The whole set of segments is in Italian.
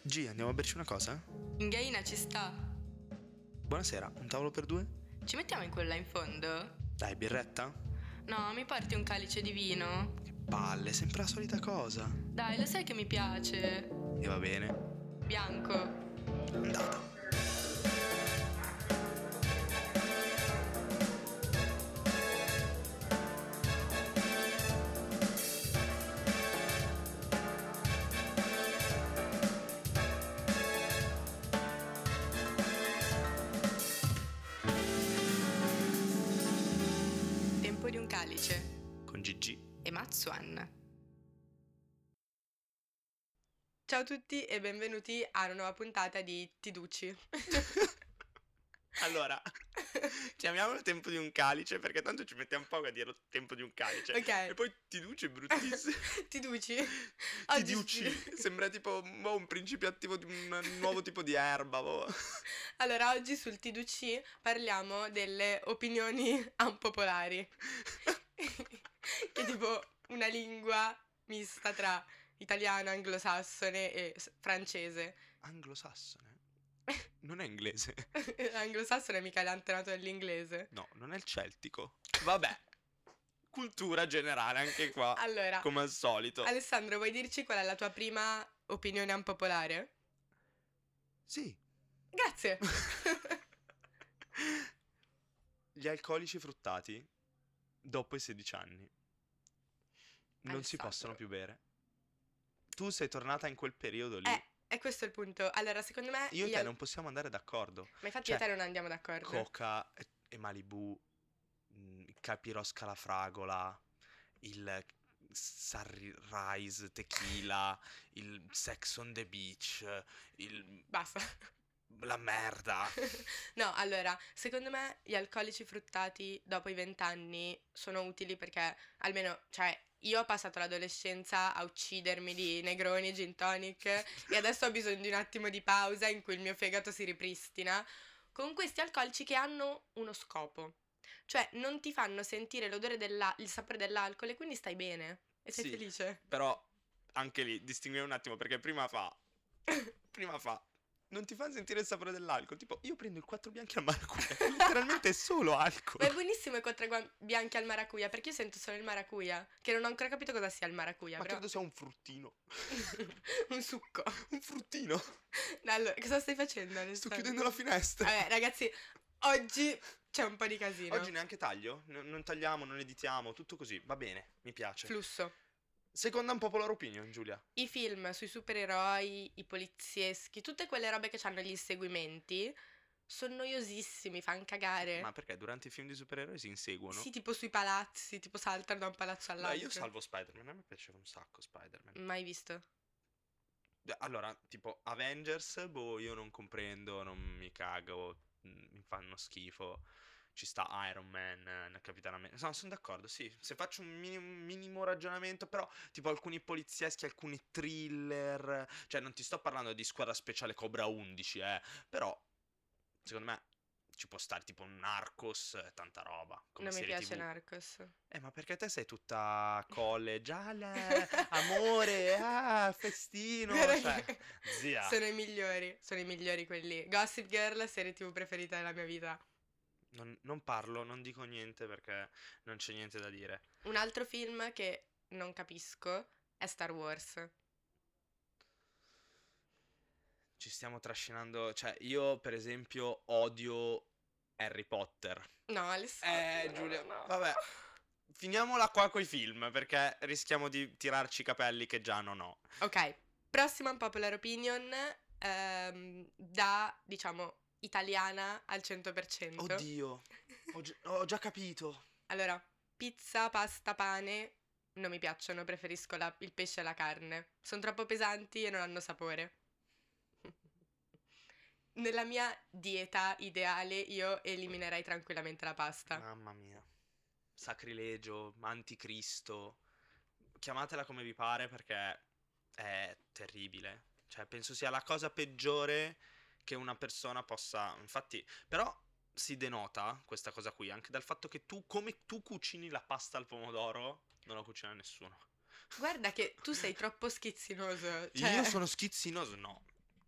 Gi, andiamo a berci una cosa? In Gaina ci sta. Buonasera, un tavolo per due? Ci mettiamo in quella in fondo? Dai, birretta? No, mi porti un calice di vino? Che palle, sempre la solita cosa. Dai, lo sai che mi piace. E va bene. Bianco. Andata. Tempo di un calice. Con Gigi. E Matsuan. Ciao a tutti e benvenuti a una nuova puntata di Tiduci. Allora, chiamiamolo tempo di un calice perché tanto ci mettiamo poco a dire tempo di un calice. Ok. E poi Tiduci è bruttissimo. Tiduci? Tiduci. Sembra tipo un principio attivo di un nuovo tipo di erba. Allora, oggi sul Tiduci parliamo delle opinioni unpopolari. Che è tipo una lingua mista tra italiano, anglosassone e francese. Anglosassone? Non è inglese. Anglosassone è mica l'antenato dell'inglese. No, non è il celtico. Vabbè. Cultura generale anche qua. Allora, come al solito. Alessandro, vuoi dirci qual è la tua prima opinione unpopolare? Sì. Grazie. Gli alcolici fruttati dopo i 16 anni non si Alessandro. possono più bere. Tu sei tornata in quel periodo lì. E questo è il punto. Allora, secondo me... Io e te non possiamo andare d'accordo. Ma infatti Cioè, io e te non andiamo d'accordo. Coca e Malibu, il Capirosca la fragola, il Sunrise tequila, il Sex on the Beach, Basta. la merda. No, allora, secondo me gli alcolici fruttati dopo i 20 anni sono utili perché almeno, cioè, io ho passato l'adolescenza a uccidermi di negroni e gin tonic e adesso ho bisogno di un attimo di pausa in cui il mio fegato si ripristina con questi alcolici che hanno uno scopo. Cioè, non ti fanno sentire l'odore il sapore dell'alcol e quindi stai bene e sei Sì, felice. però anche lì distinguiamo un attimo perché prima fa non ti fa sentire il sapore dell'alcol. Tipo, io prendo il 4 bianchi al maracuja, che letteralmente è solo alcol. Ma è buonissimo i quattro bianchi al maracuja, perché io sento solo il maracuja, che non ho ancora capito cosa sia il maracuja, Ma però... credo sia un fruttino. Un succo. Un fruttino. Allora, cosa stai facendo, Sto Alessandro? chiudendo la finestra. Vabbè, ragazzi, oggi c'è un po' di casino. Oggi neanche taglio, non tagliamo, non editiamo, tutto così. Va bene, mi piace. Flusso. Seconda unpopular opinion, Giulia. I film sui supereroi, i polizieschi, tutte quelle robe che hanno gli inseguimenti, sono noiosissimi, fan cagare. Ma perché durante i film di supereroi si inseguono? Sì, tipo sui palazzi, tipo saltano da un palazzo Beh, all'altro. io salvo Spider-Man, a me piaceva un sacco Spider-Man. Mai visto? Allora, tipo Avengers, boh, io non comprendo, non mi cago, mi fanno schifo. Ci sta Iron Man, Capitano America. No, sono d'accordo, sì. Se faccio un minimo ragionamento, però, tipo alcuni polizieschi, alcuni thriller. Cioè, non ti sto parlando di Squadra Speciale Cobra 11, Però, secondo me, ci può stare tipo un Narcos, tanta roba. Come Non mi serie piace TV. Narcos. Ma perché te sei tutta college, amore, festino, cioè, zia. Sono i migliori quelli. Gossip Girl, serie TV preferita della mia vita. Non parlo, non dico niente perché non c'è niente da dire. Un altro film che non capisco è Star Wars. Ci stiamo trascinando, cioè io per esempio odio Harry Potter. No, Alessandro. Giulia, no. vabbè, finiamola qua coi film perché rischiamo di tirarci i capelli che già non ho. Ok, prossima unpopular opinion, da, diciamo, italiana al 100%. Oddio, ho già capito. Allora, pizza, pasta, pane non mi piacciono, preferisco il pesce e la carne. Sono troppo pesanti e non hanno sapore. Nella mia dieta ideale io eliminerei tranquillamente la pasta. Mamma mia, sacrilegio, anticristo, chiamatela come vi pare perché è terribile. Cioè, penso sia la cosa peggiore che una persona possa... Infatti, però si denota questa cosa qui anche dal fatto che come tu cucini la pasta al pomodoro, non la cucina nessuno. Guarda che tu sei troppo schizzinoso. Io sono schizzinoso? No.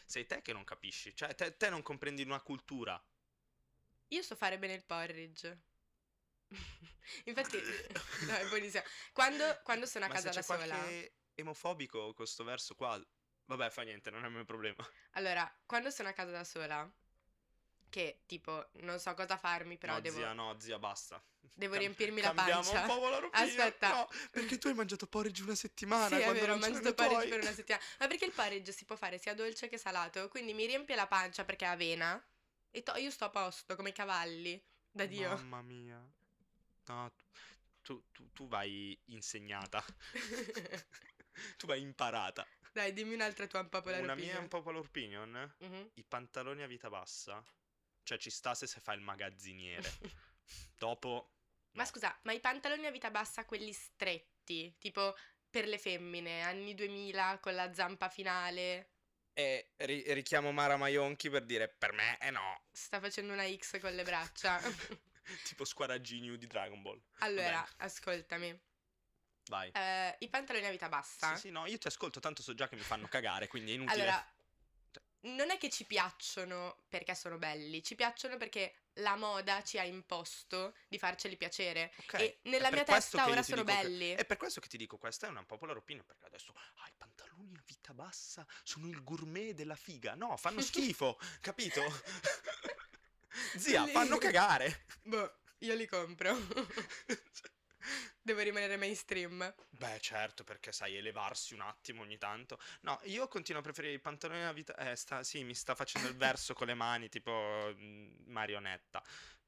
sei te che non capisci, cioè te non comprendi una cultura. Io so fare bene il porridge. Infatti, no, è buonissimo. Quando sono a Ma se casa da c'è sola, qualche emofobico con questo verso qua, vabbè, fa niente, non è il mio problema. allora, quando sono a casa da sola, che tipo non so cosa farmi, però No, zia, basta. devo riempirmi la Cambiamo un pancia. po' la ropina. Aspetta. No, perché tu hai mangiato porridge una Sì, settimana è quando vero, ho non c'erano mangiato i porridge tuoi. per una settimana. Ma perché il porridge si può fare sia dolce che salato, quindi mi riempie la pancia perché è avena e io sto a posto come i cavalli, da Dio. Mamma mia. No, tu vai insegnata. Tu vai imparata. Dai, dimmi un'altra tua unpopular Una mia opinion. unpopular opinion? Mhm. I pantaloni a vita bassa. Cioè ci sta se fa il magazziniere. Dopo Ma no. scusa, ma i pantaloni a vita bassa, quelli stretti, tipo per le femmine, anni 2000 con la zampa finale, E richiamo Mara Maionchi per dire per me no. sta facendo una X con le braccia. Tipo Squadra Ginyu di Dragon Ball. Allora, Vabbè, ascoltami. vai. I pantaloni a vita bassa. Sì, no, io ti ascolto, tanto so già che mi fanno cagare, quindi è inutile. Allora, non è che ci piacciono perché sono belli, ci piacciono perché la moda ci ha imposto di farceli piacere. Ok, E è nella per mia questo testa che ora io ti sono dico che- belli. È per questo che ti dico, questa è una popular opinion, perché adesso, i pantaloni a vita bassa sono il gourmet della figa. No, fanno schifo, capito? Zia, Li- fanno cagare. Boh, io li compro. Devo rimanere mainstream. Beh, certo, perché sai, elevarsi un attimo ogni tanto. No, io continuo a preferire i pantaloni a vita... sì, mi sta facendo il verso con le mani, tipo marionetta.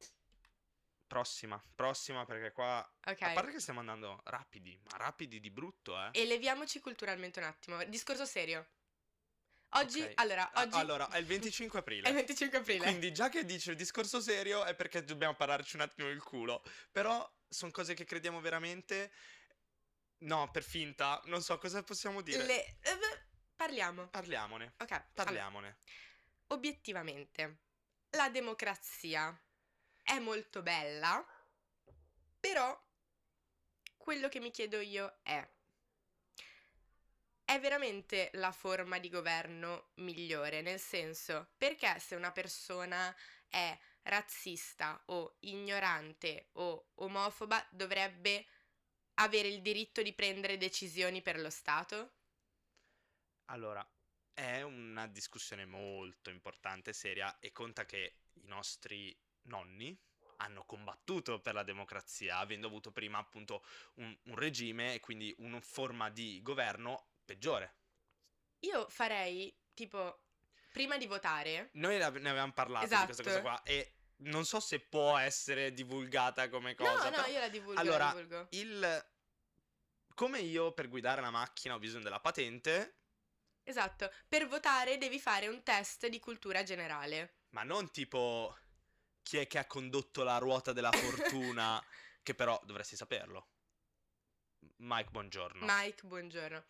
Prossima, perché qua... Ok. A parte che stiamo andando rapidi, ma rapidi di brutto, eh. Eleviamoci culturalmente un attimo. Discorso serio. Oggi, Ok. oggi Allora, è il 25 è il aprile. 25 aprile. Quindi già che dice il discorso serio è perché dobbiamo parlarci un attimo il culo. Però sono cose che crediamo veramente. No, per finta. Non so cosa possiamo dire. Parliamo. Parliamone. Ok, allora, Parliamone. obiettivamente, la democrazia è molto bella, però quello che mi chiedo io è veramente la forma di governo migliore? Nel senso, perché se una persona è razzista o ignorante o omofoba dovrebbe avere il diritto di prendere decisioni per lo Stato? Allora, è una discussione molto importante e seria e conta che i nostri nonni hanno combattuto per la democrazia, avendo avuto prima appunto un regime e quindi una forma di governo peggiore. Io farei, tipo, prima di votare, Noi ne avevamo parlato di questa cosa esatto. qua e non so se può essere divulgata come No, cosa, no, però io la divulgo, allora, la divulgo. come io per guidare la macchina ho bisogno della patente, Esatto, per votare devi fare un test di cultura generale. ma non tipo chi è che ha condotto la ruota della fortuna, che però dovresti saperlo. Mike, buongiorno. Mike, buongiorno.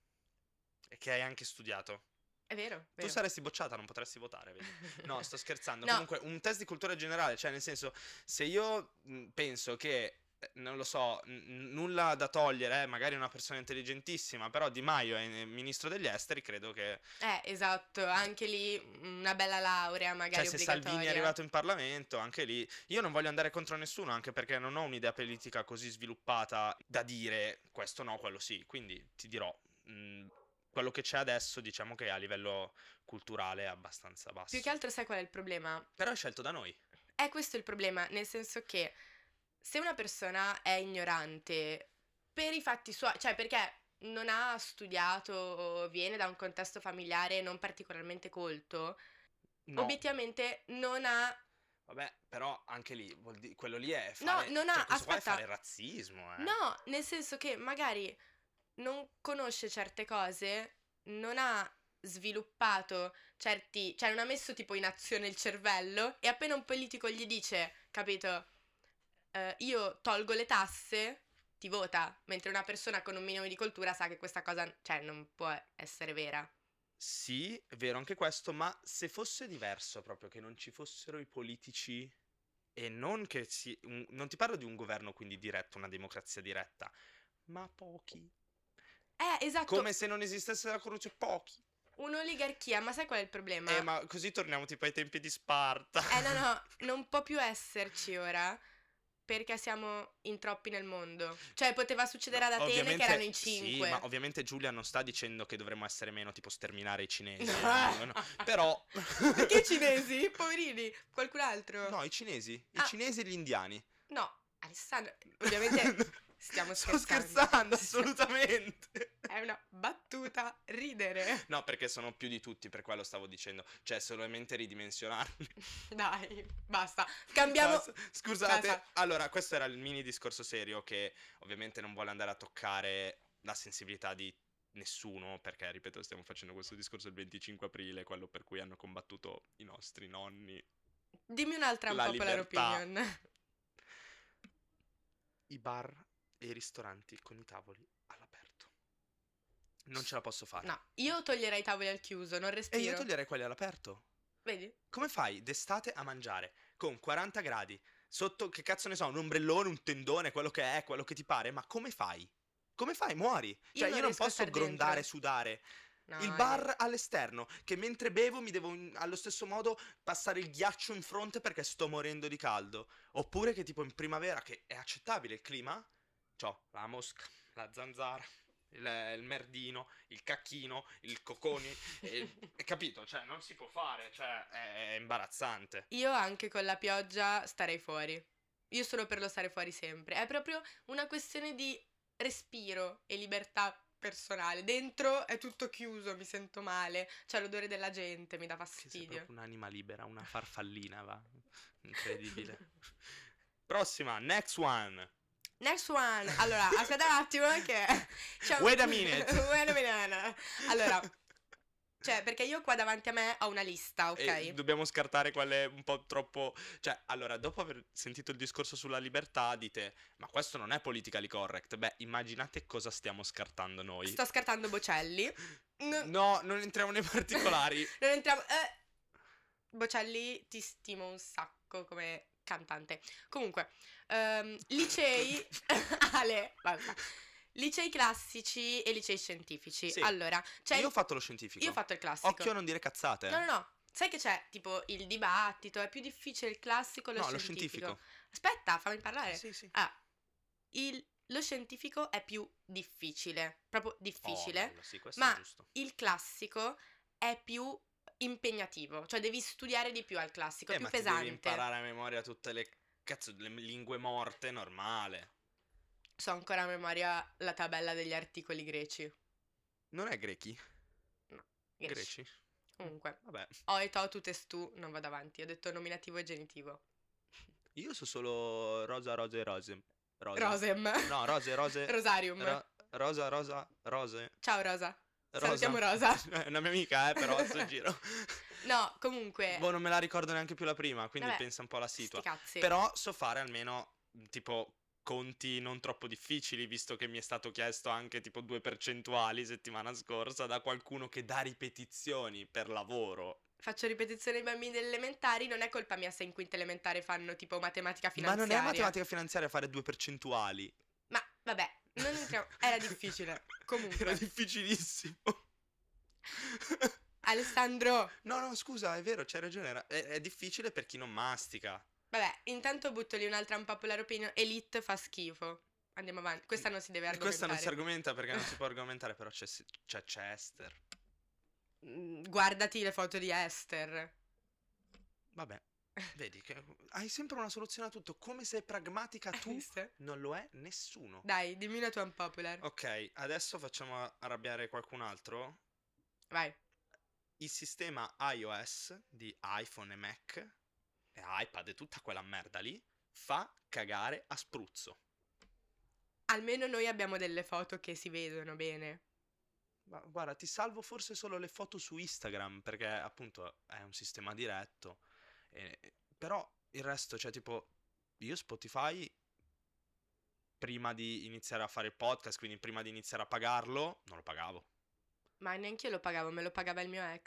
E che hai anche studiato. È vero, Tu vero. saresti bocciata, non potresti votare, vedi? No, sto scherzando. No. Comunque, un test di cultura generale, cioè nel senso, se io penso che, non lo so, nulla da togliere, magari una persona intelligentissima, però Di Maio è ministro degli esteri, credo che... Esatto, anche lì una bella laurea magari Cioè, se obbligatoria. Salvini è arrivato in Parlamento, anche lì... Io non voglio andare contro nessuno, anche perché non ho un'idea politica così sviluppata da dire questo no, quello sì. Quindi ti dirò, quello che c'è adesso, diciamo che a livello culturale è abbastanza basso. Più che altro sai qual è il problema? Però è scelto da noi. È questo il problema, nel senso che se una persona è ignorante per i fatti suoi, cioè perché non ha studiato o viene da un contesto familiare non particolarmente colto, No. obiettivamente non ha... Vabbè, però anche lì, quello lì è No, fare... non cioè, ha... questo qua è Aspetta. fare razzismo, eh. No, nel senso che magari non conosce certe cose, non ha sviluppato certi, cioè non ha messo tipo in azione il cervello e appena un politico gli dice, capito, io tolgo le tasse, ti vota, mentre una persona con un minimo di cultura sa che questa cosa, cioè, non può essere vera. Sì, è vero anche questo, ma se fosse diverso proprio, che non ci fossero i politici e non che non ti parlo di un governo quindi diretto, una democrazia diretta, ma pochi. Esatto. Come se non esistesse la corruzione, pochi. Un'oligarchia, ma sai qual è il problema? Ma così torniamo tipo ai tempi di Sparta. No, non può più esserci ora perché siamo in troppi nel mondo. Cioè, poteva succedere ad Atene che erano in Sì, ma 5. ovviamente Giulia non sta dicendo che dovremmo essere meno, tipo sterminare i cinesi. No. Però... Perché i cinesi? Poverini, qualcun altro. No, i cinesi. I Ah. cinesi e gli indiani. No, Alessandro, ovviamente stiamo Sto scherzando. scherzando, assolutamente. È una battuta, ridere. No, perché sono più di tutti, per quello stavo dicendo. Cioè, solamente ridimensionarli. Dai, basta. Cambiamo. Scusate. Basta. Allora, questo era il mini discorso serio che ovviamente non vuole andare a toccare la sensibilità di nessuno, perché, ripeto, stiamo facendo questo discorso il 25 aprile, quello per cui hanno combattuto i nostri nonni. Dimmi un'altra La unpopular libertà. opinion. I bar e i ristoranti con i tavoli all'aperto. Non ce la posso fare. No, io toglierei i tavoli al chiuso, non E io respiro. toglierei quelli all'aperto. Vedi? Come fai d'estate a mangiare con 40 gradi sotto, che cazzo ne so, un ombrellone, un tendone, quello che è, quello che ti pare? Ma come fai? Come fai? Muori. Cioè, io non riesco a posso star grondare, dentro. sudare. No, Il bar all'esterno, che mentre bevo mi devo allo stesso modo passare il ghiaccio in fronte perché sto morendo di caldo. Oppure che tipo in primavera, che è accettabile il clima, c'ho la mosca, la zanzara, il merdino, il cacchino, il coconi, hai capito? Cioè, non si può fare, cioè, è imbarazzante. Io anche con la pioggia starei fuori. Io sono per lo stare fuori sempre. È proprio una questione di respiro e libertà personale. Dentro è tutto chiuso, mi sento male. C'è l'odore della gente, mi dà Che sei fastidio. proprio un'anima libera, una farfallina, va. Incredibile. Prossima, next one. Next one. Allora, aspetta un attimo che... Wait a minute. Wait a minute. Allora, cioè, perché io qua davanti a me ho una lista, ok? E dobbiamo scartare quelle un po' troppo... Cioè, allora, dopo aver sentito il discorso sulla libertà, dite, ma questo non è politically correct. Beh, immaginate cosa stiamo scartando noi. Sto scartando Bocelli. No, non entriamo nei particolari. Non entriamo... Bocelli, ti stimo un sacco come cantante. Comunque, licei... Ale, basta. Licei classici e licei scientifici. Sì. Allora, c'è Io ho fatto lo scientifico. io ho fatto il classico. Occhio a non dire cazzate. No, no, no. Sai che c'è tipo il dibattito, è più difficile il classico o lo No, lo scientifico? scientifico. Aspetta, fammi parlare. Sì, sì. Ah, lo scientifico è più difficile, proprio difficile, bello, sì, questo ma è giusto. il classico è più impegnativo, cioè devi studiare di più al classico, è più Ma ti pesante. devi imparare a memoria tutte le lingue morte, normale. So ancora a memoria la tabella degli articoli greci. Non è grechi? No, Greci. Comunque, Vabbè. o e to, tu, tes, tu, non vado avanti, ho detto nominativo e genitivo. Io so solo rosa, rose e rose. Rosem. No, rose, rose. Rosarium. Rosa, rose. Ciao Rosa. Rosa. Salutiamo Rosa. È una mia amica, però a sto giro. No, comunque... Boh, non me la ricordo neanche più la prima, quindi Vabbè, pensa un po' alla situa. sti cazzi. Però so fare almeno, tipo, conti non troppo difficili, visto che mi è stato chiesto anche, tipo, 2 percentuali settimana scorsa da qualcuno che dà ripetizioni per lavoro. Faccio ripetizione ai bambini delle elementari, non è colpa mia se in quinta elementare fanno tipo matematica Ma finanziaria. non è matematica finanziaria fare 2 percentuali. Ma vabbè, non entriamo... Era difficile. Comunque. Era difficilissimo. Alessandro. No, scusa, è vero, c'hai ragione. È difficile per chi non mastica. Vabbè, intanto butto lì un'altra unpopular opinion. Elite fa schifo. Andiamo avanti. Questa non si deve argomentare. Questa non si argomenta perché non si può argomentare, però c'è Chester. Guardati le foto di Esther. Vabbè, vedi che hai sempre una soluzione a tutto. Come sei pragmatica tu, non lo è nessuno. Dai, dimmi una tua unpopular. Ok, adesso facciamo arrabbiare qualcun altro. Vai. Il sistema iOS di iPhone e Mac e iPad e tutta quella merda lì fa cagare a spruzzo. Almeno noi abbiamo delle foto che si vedono bene. Ma guarda, ti salvo forse solo le foto su Instagram perché appunto è un sistema diretto. Però il resto, cioè tipo, io Spotify prima di iniziare a fare il podcast, quindi prima di iniziare a pagarlo, non lo pagavo. Ma neanche io lo pagavo, me lo pagava il mio ex.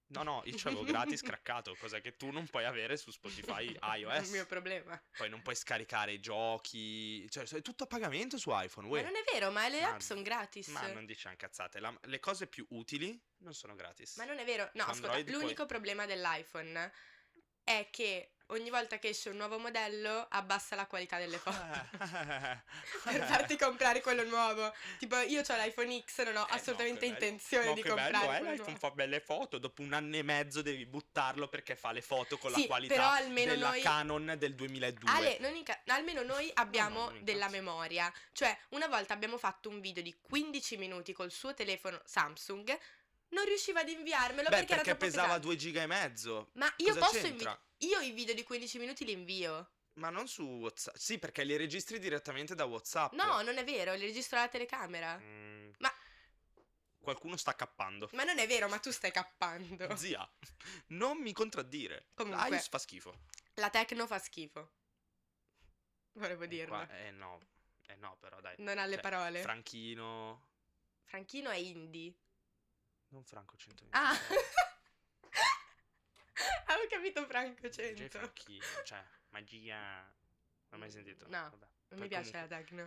No, io c'avevo gratis craccato, cosa che tu non puoi avere su Spotify È il iOS. mio problema. Poi non puoi scaricare i giochi, cioè è tutto a pagamento su iPhone, Ma uè. non è vero, ma le Ma, app sono gratis. ma non diciamo cazzate, le cose più utili non sono gratis. Ma non è vero. No, Su ascolta, Android l'unico problema dell'iPhone è che ogni volta che esce un nuovo modello abbassa la qualità delle foto. Per farti comprare quello nuovo. Tipo, io ho l'iPhone X, non ho assolutamente intenzione di comprare quello l'iPhone nuovo. fa belle foto, dopo 1 anno e mezzo devi buttarlo perché fa le foto con Sì, la qualità però almeno della noi- Canon del 2002. Ale, almeno noi abbiamo non della incazzo. memoria. Cioè, una volta abbiamo fatto un video di 15 minuti col suo telefono Samsung, non riusciva ad inviarmelo Beh, perché era perché troppo pesava pesante. 2 giga e mezzo. Ma io Cosa posso c'entra? io i video di 15 minuti li invio. Ma non su WhatsApp. Sì, perché li registri direttamente da WhatsApp. No, non è vero, li registro alla telecamera. Mm, Ma, qualcuno sta cappando. ma non è vero, ma tu stai cappando. Zia, non mi contraddire. Comunque. iOS fa schifo. La Tecno fa schifo. Volevo dirlo. No. No, però dai. Non ha le Cioè, parole. Franchino. Franchino è indie. Non Franco 100.000. Ah! Avevo capito Franco J 100. Franchino. Cioè, magia. Non ho mai sentito. No, Vabbè. non Poi mi piace comunque- la Tecno.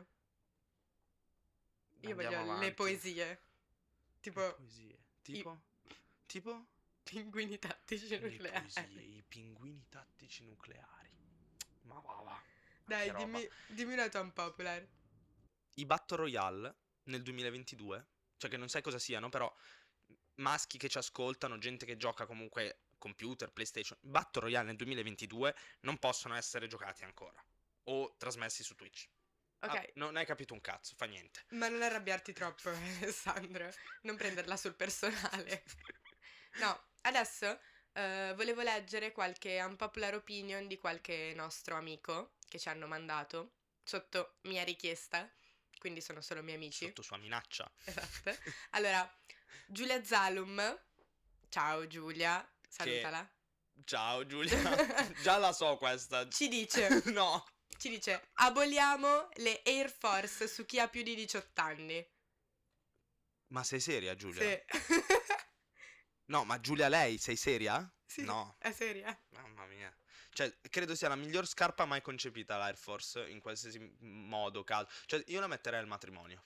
Io Andiamo voglio le avanti. poesie. Tipo Poesie. Tipo? Tipo? pinguini tattici Le nucleari. poesie, i pinguini tattici nucleari. Ma va. Dai, Che roba. dimmi una tua unpopular. I Battle Royale nel 2022, cioè che non sai cosa siano, però maschi che ci ascoltano, gente che gioca comunque computer, PlayStation, Battle Royale nel 2022 non possono essere giocati ancora o trasmessi su Twitch. Ok, Non hai capito un cazzo, fa niente. ma non arrabbiarti troppo, Alessandro. Non prenderla sul personale. No, adesso volevo leggere qualche unpopular opinion di qualche nostro amico che ci hanno mandato sotto mia richiesta, quindi sono solo miei amici. Sotto sua minaccia. Esatto. Allora, Giulia Zalum, ciao Giulia, salutala. Ciao Giulia, già la so questa. Ci dice, No. aboliamo le Air Force su chi ha più di 18 anni. Ma sei seria Giulia? Sì. No, ma Giulia lei, sei seria? Sì, No. è seria. Mamma mia. Cioè, credo sia la miglior scarpa mai concepita l'Air Force, in qualsiasi modo, caso. Cioè, io la metterei al matrimonio.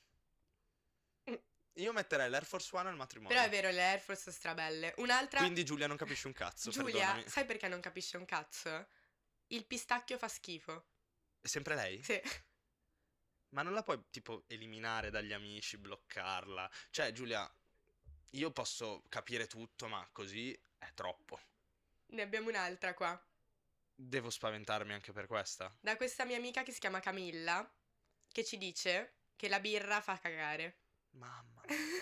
Io metterei l'Air Force One al matrimonio. Però è vero, le Air Force sono strabelle. Un'altra... Quindi Giulia non capisce un cazzo, Giulia, perdonami. sai perché non capisce un cazzo? Il pistacchio fa schifo. È sempre lei? Sì. Ma non la puoi, tipo, eliminare dagli amici, bloccarla? Cioè, Giulia, io posso capire tutto, ma così è troppo. Ne abbiamo un'altra qua. Devo spaventarmi anche per questa. Da questa mia amica che si chiama Camilla, che ci dice che la birra fa cagare. Mamma.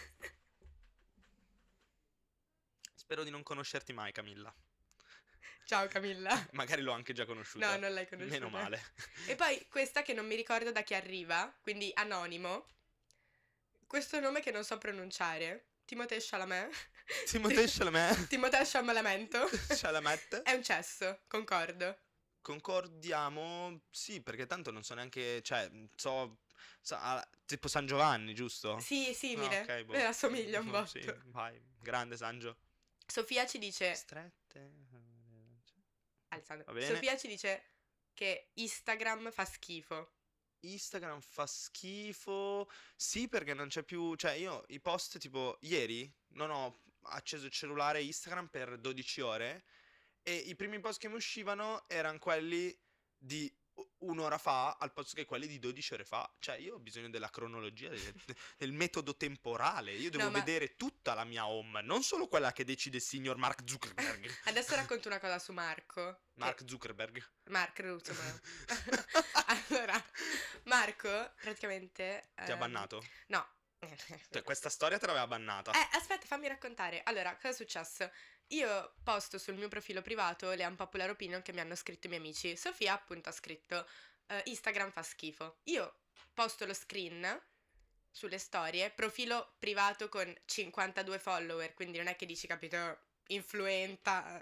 Spero di non conoscerti mai, Camilla. Ciao Camilla. Magari l'ho anche già conosciuta. No, non l'hai conosciuta. Meno male. E poi questa che non mi ricordo da chi arriva, quindi anonimo. Questo nome che non so pronunciare. Timothée Chalamet. Timothée Chalamet. Timothée Chalamet. Chalamet. È un cesso, concordo. Concordiamo, sì, perché tanto non so neanche, cioè, tipo San Giovanni, giusto? Sì, simile. Ok, boh. Me la assomiglia un botto. Sì, vai, grande Sangio. Sofia ci dice... Strette. Alessandro. Va bene. Sofia ci dice che Instagram fa schifo. Instagram fa schifo. Sì, perché non c'è più. Cioè, io i post, tipo, ieri non ho acceso il cellulare Instagram per 12 ore. E i primi post che mi uscivano erano quelli di un'ora fa al posto che quelli di 12 ore fa. Cioè, io ho bisogno della cronologia, del metodo temporale. Io devo No, ma- vedere tutta la mia home, non solo quella che decide il signor Mark Zuckerberg. Adesso racconto una cosa su Marco. Mark Zuckerberg. Mark Ruzzolo. Allora, Marco praticamente... Ti ha bannato? No. Cioè, questa storia te l'aveva bannata. Aspetta, fammi raccontare. Allora, cosa è successo? Io posto sul mio profilo privato le unpopular opinion che mi hanno scritto i miei amici. Sofia appunto ha scritto Instagram fa schifo. Io posto lo screen sulle storie, profilo privato con 52 follower, quindi non è che dici, capito, influenza,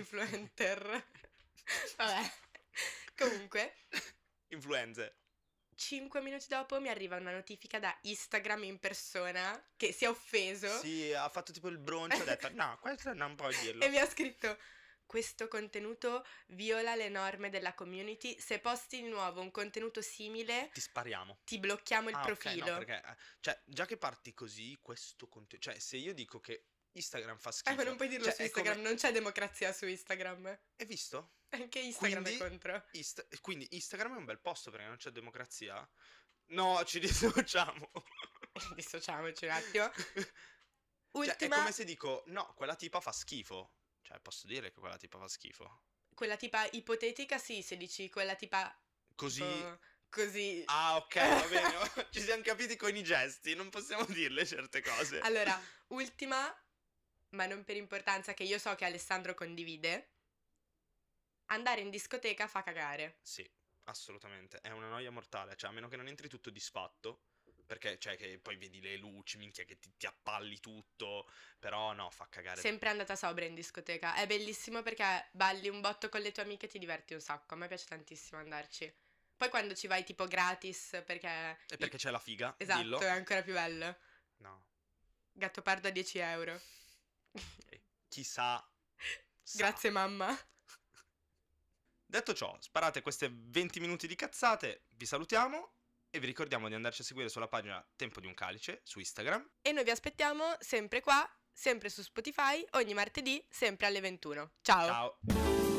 influencer. Vabbè. Comunque, Influenze. 5 minuti dopo mi arriva una notifica da Instagram in persona che si è offeso Sì, ha fatto tipo il broncio, ha detto no, questo non puoi dirlo. e mi ha scritto: questo contenuto viola le norme della community, se posti di nuovo un contenuto simile Ti spariamo. ti blocchiamo il Ah, ok, profilo. no, perché, cioè, già che parti così, questo contenuto, cioè, se io dico che Instagram fa schifo, Ma non puoi dirlo cioè, su è come, Instagram, non c'è democrazia su Instagram. hai visto? Anche Instagram è Quindi, contro. quindi Instagram è un bel posto perché non c'è democrazia? No, ci dissociamo. Dissociamoci un attimo. Cioè, è Ultima, come se dico, no, quella tipa fa schifo. Cioè, posso dire che quella tipa fa schifo. quella tipa ipotetica, sì, se dici quella tipa Così... tipo, così. Ah, ok, va bene. Ci siamo capiti con i gesti, non possiamo dirle certe cose. Allora, ultima, ma non per importanza, che io so che Alessandro condivide. Andare in discoteca fa cagare. Sì, assolutamente. È una noia mortale. Cioè, a meno che non entri tutto disfatto. Perché, cioè, che poi vedi le luci, minchia, che ti appalli tutto. Però, no, fa cagare. Sempre andata sobria in discoteca. È bellissimo perché balli un botto con le tue amiche e ti diverti un sacco. A me piace tantissimo andarci. Poi quando ci vai tipo gratis perché... E perché c'è la figa, Esatto, dillo. è ancora più bello. No. Gattopardo a 10 euro. Chissà. Sa. Grazie mamma. Detto ciò, sparate queste 20 minuti di cazzate, vi salutiamo e vi ricordiamo di andarci a seguire sulla pagina Tempo di un Calice su Instagram. E noi vi aspettiamo sempre qua, sempre su Spotify, ogni martedì, sempre alle 21. Ciao! Ciao!